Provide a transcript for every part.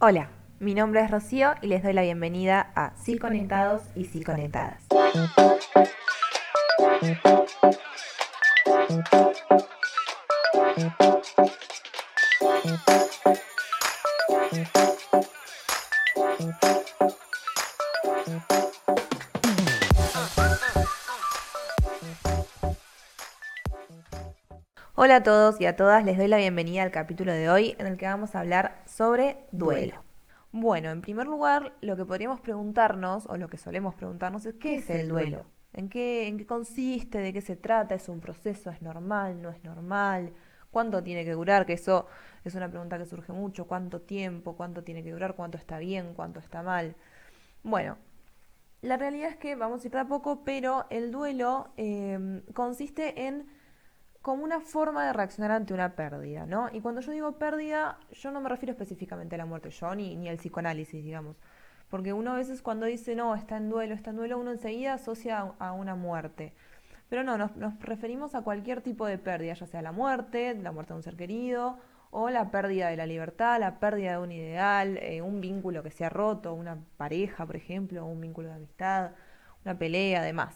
Hola, mi nombre es Rocío y les doy la bienvenida a Sí Conectados y Sí Conectadas. Hola a todos y a todas, les doy la bienvenida al capítulo de hoy en el que vamos a hablar sobre duelo. Bueno, en primer lugar, lo que podríamos preguntarnos, o lo que solemos preguntarnos, es ¿qué es el duelo? ¿En qué consiste? ¿De qué se trata? ¿Es un proceso? ¿Es normal? ¿No es normal? ¿Cuánto tiene que durar? Que eso es una pregunta que surge mucho. ¿Cuánto tiempo? ¿Cuánto tiene que durar? ¿Cuánto está bien? ¿Cuánto está mal? Bueno, la realidad es que vamos a ir de a poco, pero el duelo consiste en como una forma de reaccionar ante una pérdida, ¿no? Y cuando yo digo pérdida, yo no me refiero específicamente a la muerte, yo ni al psicoanálisis, digamos. Porque uno a veces cuando dice, no, está en duelo, uno enseguida asocia a una muerte. Pero no, nos referimos a cualquier tipo de pérdida, ya sea la muerte de un ser querido, o la pérdida de la libertad, la pérdida de un ideal, un vínculo que se ha roto, una pareja, por ejemplo, un vínculo de amistad, una pelea, además.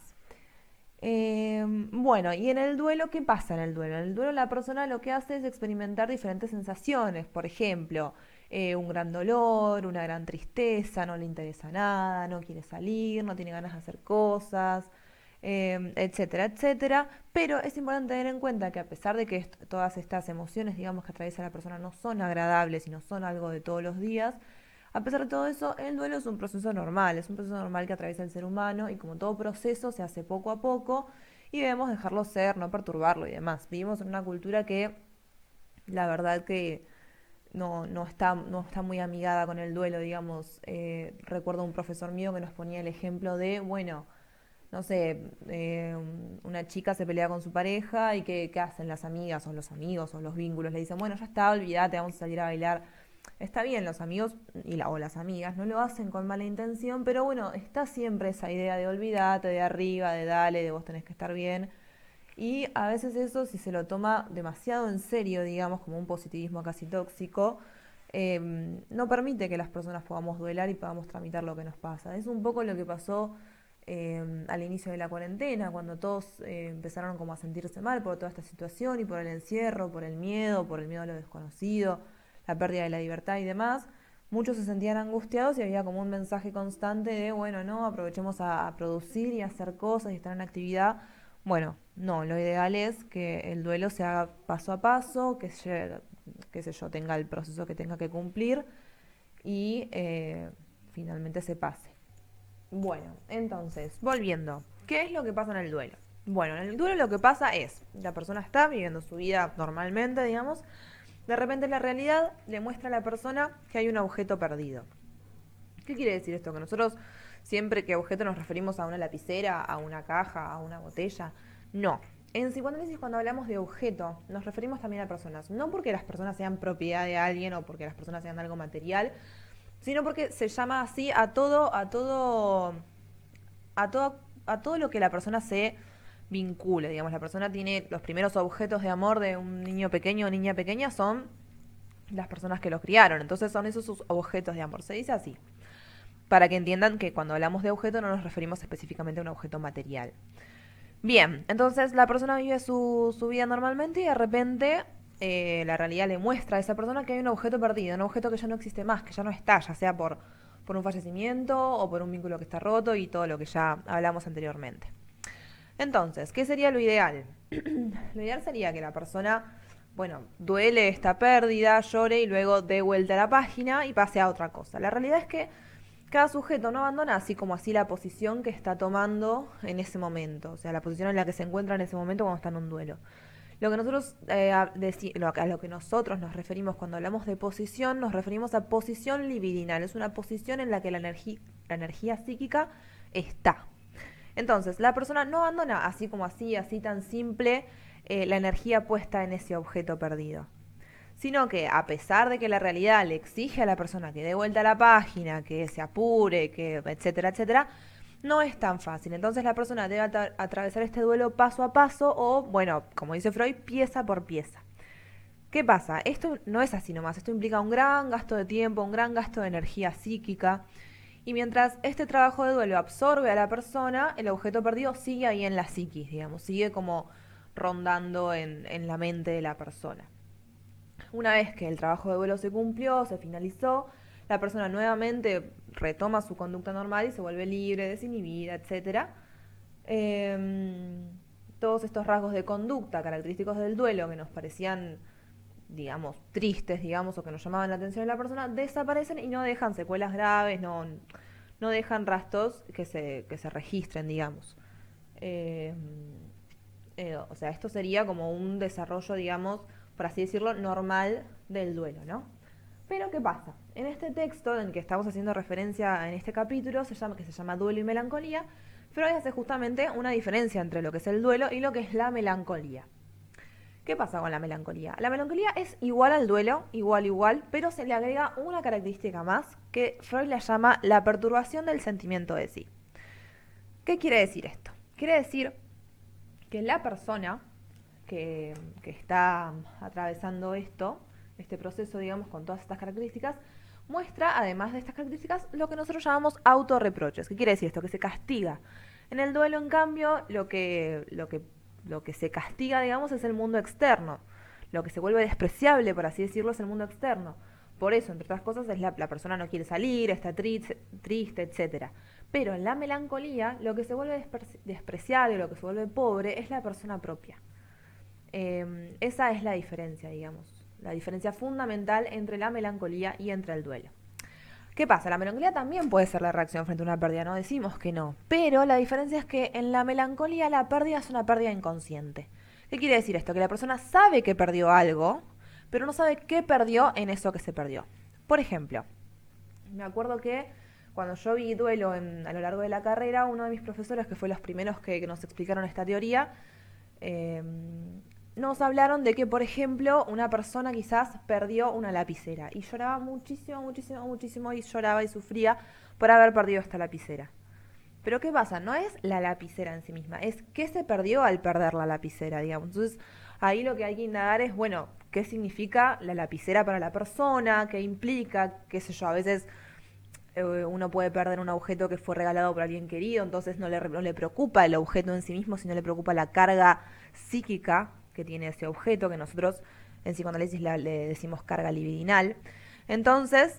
Bueno, y en el duelo, ¿qué pasa en el duelo? En el duelo la persona lo que hace es experimentar diferentes sensaciones, por ejemplo, un gran dolor, una gran tristeza, no le interesa nada, no quiere salir, no tiene ganas de hacer cosas, etcétera, etcétera. Pero es importante tener en cuenta que a pesar de que todas estas emociones, digamos, que atraviesa la persona no son agradables y no son algo de todos los días, a pesar de todo eso, el duelo es un proceso normal, es un proceso normal que atraviesa el ser humano y como todo proceso se hace poco a poco y debemos dejarlo ser, no perturbarlo y demás. Vivimos en una cultura que la verdad que no está muy amigada con el duelo, digamos. Recuerdo un profesor mío que nos ponía el ejemplo de, bueno, no sé, una chica se pelea con su pareja y ¿qué hacen las amigas o los amigos o los vínculos? Le dicen, bueno, ya está, olvídate, vamos a salir a bailar. Está bien, los amigos o las amigas no lo hacen con mala intención, pero bueno, está siempre esa idea de olvídate, de arriba, de dale, de vos tenés que estar bien. Y a veces eso, si se lo toma demasiado en serio, digamos, como un positivismo casi tóxico, no permite que las personas podamos duelar y podamos tramitar lo que nos pasa. Es un poco lo que pasó al inicio de la cuarentena, cuando todos empezaron como a sentirse mal por toda esta situación y por el encierro, por el miedo a lo desconocido, la pérdida de la libertad y demás. Muchos se sentían angustiados y había como un mensaje constante de, bueno, no, aprovechemos a producir y a hacer cosas y estar en actividad. Bueno, no, lo ideal es que el duelo se haga paso a paso, qué sé yo, tenga el proceso que tenga que cumplir y finalmente se pase. Bueno, entonces, volviendo, ¿qué es lo que pasa en el duelo? Bueno, en el duelo lo que pasa es, la persona está viviendo su vida normalmente, digamos, de repente la realidad le muestra a la persona que hay un objeto perdido. ¿Qué quiere decir esto? Que nosotros siempre que objeto nos referimos a una lapicera, a una caja, a una botella. No. En psicoanálisis cuando hablamos de objeto nos referimos también a personas. No porque las personas sean propiedad de alguien o porque las personas sean algo material, sino porque se llama así a todo lo que la persona se vincule. Digamos, la persona tiene los primeros objetos de amor de un niño pequeño o niña pequeña son las personas que los criaron. Entonces son esos sus objetos de amor. Se dice así para que entiendan que cuando hablamos de objeto no nos referimos específicamente a un objeto material. Bien, entonces la persona vive su vida normalmente y de repente la realidad le muestra a esa persona que hay un objeto perdido, un objeto que ya no existe más, que ya no está, ya sea por un fallecimiento o por un vínculo que está roto y todo lo que ya hablamos anteriormente. Entonces, ¿qué sería lo ideal? Lo ideal sería que la persona, bueno, duele esta pérdida, llore y luego dé vuelta a la página y pase a otra cosa. La realidad es que cada sujeto no abandona así como así la posición que está tomando en ese momento, o sea, la posición en la que se encuentra en ese momento cuando está en un duelo. Lo que nosotros a lo que nosotros nos referimos cuando hablamos de posición, nos referimos a posición libidinal. Es una posición en la que la energía psíquica está. Entonces, la persona no abandona así como así tan simple, la energía puesta en ese objeto perdido, sino que a pesar de que la realidad le exige a la persona que dé vuelta a la página, que se apure, que etcétera, etcétera, no es tan fácil. Entonces la persona debe atravesar este duelo paso a paso o, bueno, como dice Freud, pieza por pieza. ¿Qué pasa? Esto no es así nomás, esto implica un gran gasto de tiempo, un gran gasto de energía psíquica. Y mientras este trabajo de duelo absorbe a la persona, el objeto perdido sigue ahí en la psiquis, digamos, sigue como rondando en la mente de la persona. Una vez que el trabajo de duelo se cumplió, se finalizó, la persona nuevamente retoma su conducta normal y se vuelve libre, desinhibida, etcétera. Todos estos rasgos de conducta característicos del duelo que nos parecían, digamos, tristes, digamos, o que nos llamaban la atención de la persona, desaparecen y no dejan secuelas graves, no dejan rastros que se registren, digamos. Eh, o sea, esto sería como un desarrollo, digamos, por así decirlo, normal del duelo, ¿no? Pero ¿qué pasa? En este texto en el que estamos haciendo referencia en este capítulo, que se llama Duelo y Melancolía, Freud hace justamente una diferencia entre lo que es el duelo y lo que es la melancolía. ¿Qué pasa con la melancolía? La melancolía es igual al duelo, igual, pero se le agrega una característica más que Freud la llama la perturbación del sentimiento de sí. ¿Qué quiere decir esto? Quiere decir que la persona que está atravesando este proceso, digamos, con todas estas características, muestra, además de estas características, lo que nosotros llamamos autorreproches. ¿Qué quiere decir esto? Que se castiga. En el duelo, en cambio, lo que se castiga, digamos, es el mundo externo. Lo que se vuelve despreciable, por así decirlo, es el mundo externo. Por eso, entre otras cosas, es la persona no quiere salir, está triste, etcétera. Pero en la melancolía, lo que se vuelve despreciable, lo que se vuelve pobre, es la persona propia. Esa es la diferencia, digamos. La diferencia fundamental entre la melancolía y entre el duelo. ¿Qué pasa? La melancolía también puede ser la reacción frente a una pérdida, no decimos que no. Pero la diferencia es que en la melancolía la pérdida es una pérdida inconsciente. ¿Qué quiere decir esto? Que la persona sabe que perdió algo, pero no sabe qué perdió en eso que se perdió. Por ejemplo, me acuerdo que cuando yo vi duelo a lo largo de la carrera, uno de mis profesores, que fue los primeros que nos explicaron esta teoría, eh, nos hablaron de que, por ejemplo, una persona quizás perdió una lapicera y lloraba muchísimo y lloraba y sufría por haber perdido esta lapicera. Pero ¿qué pasa? No es la lapicera en sí misma, es qué se perdió al perder la lapicera, digamos. Entonces, ahí lo que hay que indagar es, bueno, qué significa la lapicera para la persona, qué implica, qué sé yo, a veces uno puede perder un objeto que fue regalado por alguien querido, entonces no le preocupa el objeto en sí mismo, sino le preocupa la carga psíquica que tiene ese objeto, que nosotros en psicoanálisis le decimos carga libidinal. Entonces,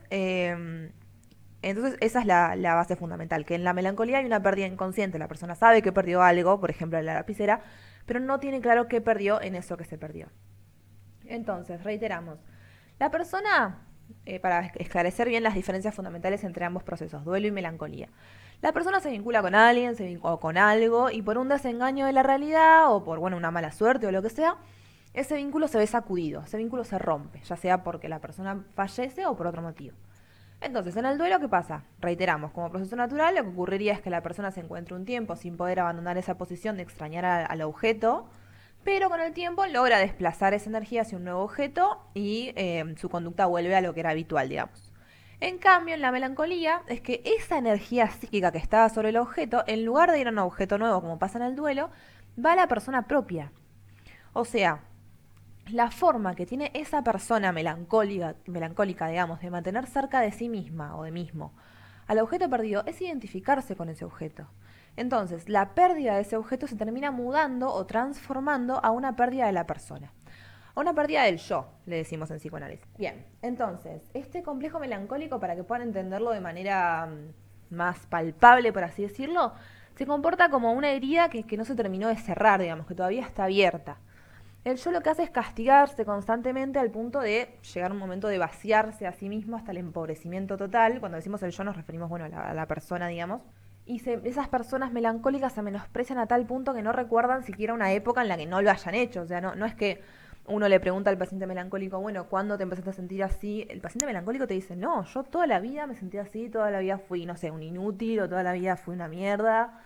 esa es la base fundamental, que en la melancolía hay una pérdida inconsciente, la persona sabe que perdió algo, por ejemplo la lapicera, pero no tiene claro qué perdió en eso que se perdió. Entonces, reiteramos, la persona, para esclarecer bien las diferencias fundamentales entre ambos procesos, duelo y melancolía. La persona se vincula con alguien o con algo y por un desengaño de la realidad o por una mala suerte o lo que sea, ese vínculo se ve sacudido, ese vínculo se rompe, ya sea porque la persona fallece o por otro motivo. Entonces, en el duelo, ¿qué pasa? Reiteramos, como proceso natural, lo que ocurriría es que la persona se encuentre un tiempo sin poder abandonar esa posición de extrañar al objeto, pero con el tiempo logra desplazar esa energía hacia un nuevo objeto y su conducta vuelve a lo que era habitual, digamos. En cambio, en la melancolía es que esa energía psíquica que estaba sobre el objeto, en lugar de ir a un objeto nuevo como pasa en el duelo, va a la persona propia. O sea, la forma que tiene esa persona melancólica, digamos, de mantener cerca de sí misma o de mismo al objeto perdido es identificarse con ese objeto. Entonces, la pérdida de ese objeto se termina mudando o transformando a una pérdida de la persona. A una pérdida del yo, le decimos en psicoanálisis. Bien, entonces, este complejo melancólico, para que puedan entenderlo de manera más palpable, por así decirlo, se comporta como una herida que no se terminó de cerrar, digamos, que todavía está abierta. El yo lo que hace es castigarse constantemente al punto de llegar a un momento de vaciarse a sí mismo hasta el empobrecimiento total. Cuando decimos el yo nos referimos, a la persona, digamos. Y esas personas melancólicas se menosprecian a tal punto que no recuerdan siquiera una época en la que no lo hayan hecho. O sea, no es que uno le pregunta al paciente melancólico, ¿cuándo te empezaste a sentir así? El paciente melancólico te dice, no, yo toda la vida me sentí así, toda la vida fui, no sé, un inútil o toda la vida fui una mierda.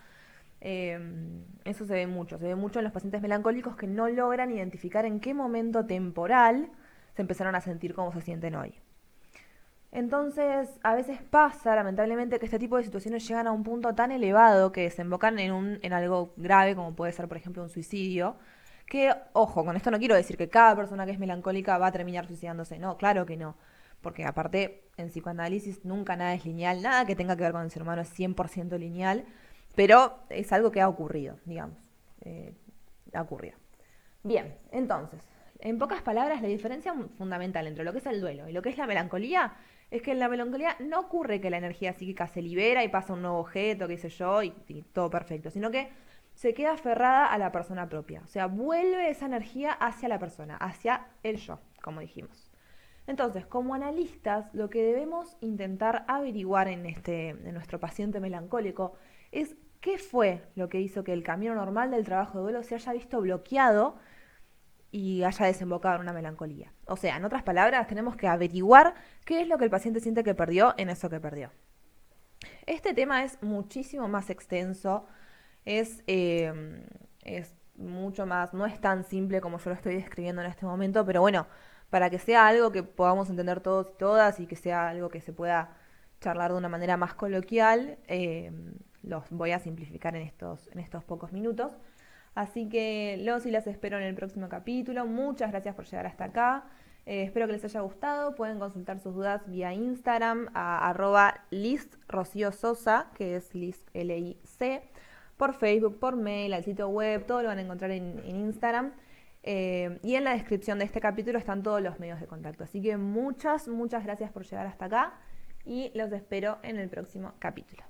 Eso se ve mucho en los pacientes melancólicos que no logran identificar en qué momento temporal se empezaron a sentir como se sienten hoy. Entonces, a veces pasa, lamentablemente, que este tipo de situaciones llegan a un punto tan elevado que desembocan en algo grave, como puede ser, por ejemplo, un suicidio, Que, ojo, con esto no quiero decir que cada persona que es melancólica va a terminar suicidándose. No, claro que no. Porque aparte, en psicoanálisis nunca nada es lineal, nada que tenga que ver con el ser humano es 100% lineal, pero es algo que ha ocurrido, digamos. Ha ocurrido. Bien, entonces, en pocas palabras, la diferencia fundamental entre lo que es el duelo y lo que es la melancolía es que en la melancolía no ocurre que la energía psíquica se libera y pasa a un nuevo objeto, qué sé yo, y todo perfecto, sino que se queda aferrada a la persona propia. O sea, vuelve esa energía hacia la persona, hacia el yo, como dijimos. Entonces, como analistas, lo que debemos intentar averiguar en nuestro paciente melancólico es qué fue lo que hizo que el camino normal del trabajo de duelo se haya visto bloqueado y haya desembocado en una melancolía. O sea, en otras palabras, tenemos que averiguar qué es lo que el paciente siente que perdió en eso que perdió. Este tema es muchísimo más extenso, es mucho más, no es tan simple como yo lo estoy describiendo en este momento, pero bueno, para que sea algo que podamos entender todos y todas y que sea algo que se pueda charlar de una manera más coloquial, los voy a simplificar en estos pocos minutos. Así que los y las espero en el próximo capítulo. Muchas gracias por llegar hasta acá. Espero que les haya gustado. Pueden consultar sus dudas vía Instagram a @LizRocioSosa, que es Liz Lic, por Facebook, por mail, al sitio web, todo lo van a encontrar en Instagram. Y en la descripción de este capítulo están todos los medios de contacto. Así que muchas gracias por llegar hasta acá y los espero en el próximo capítulo.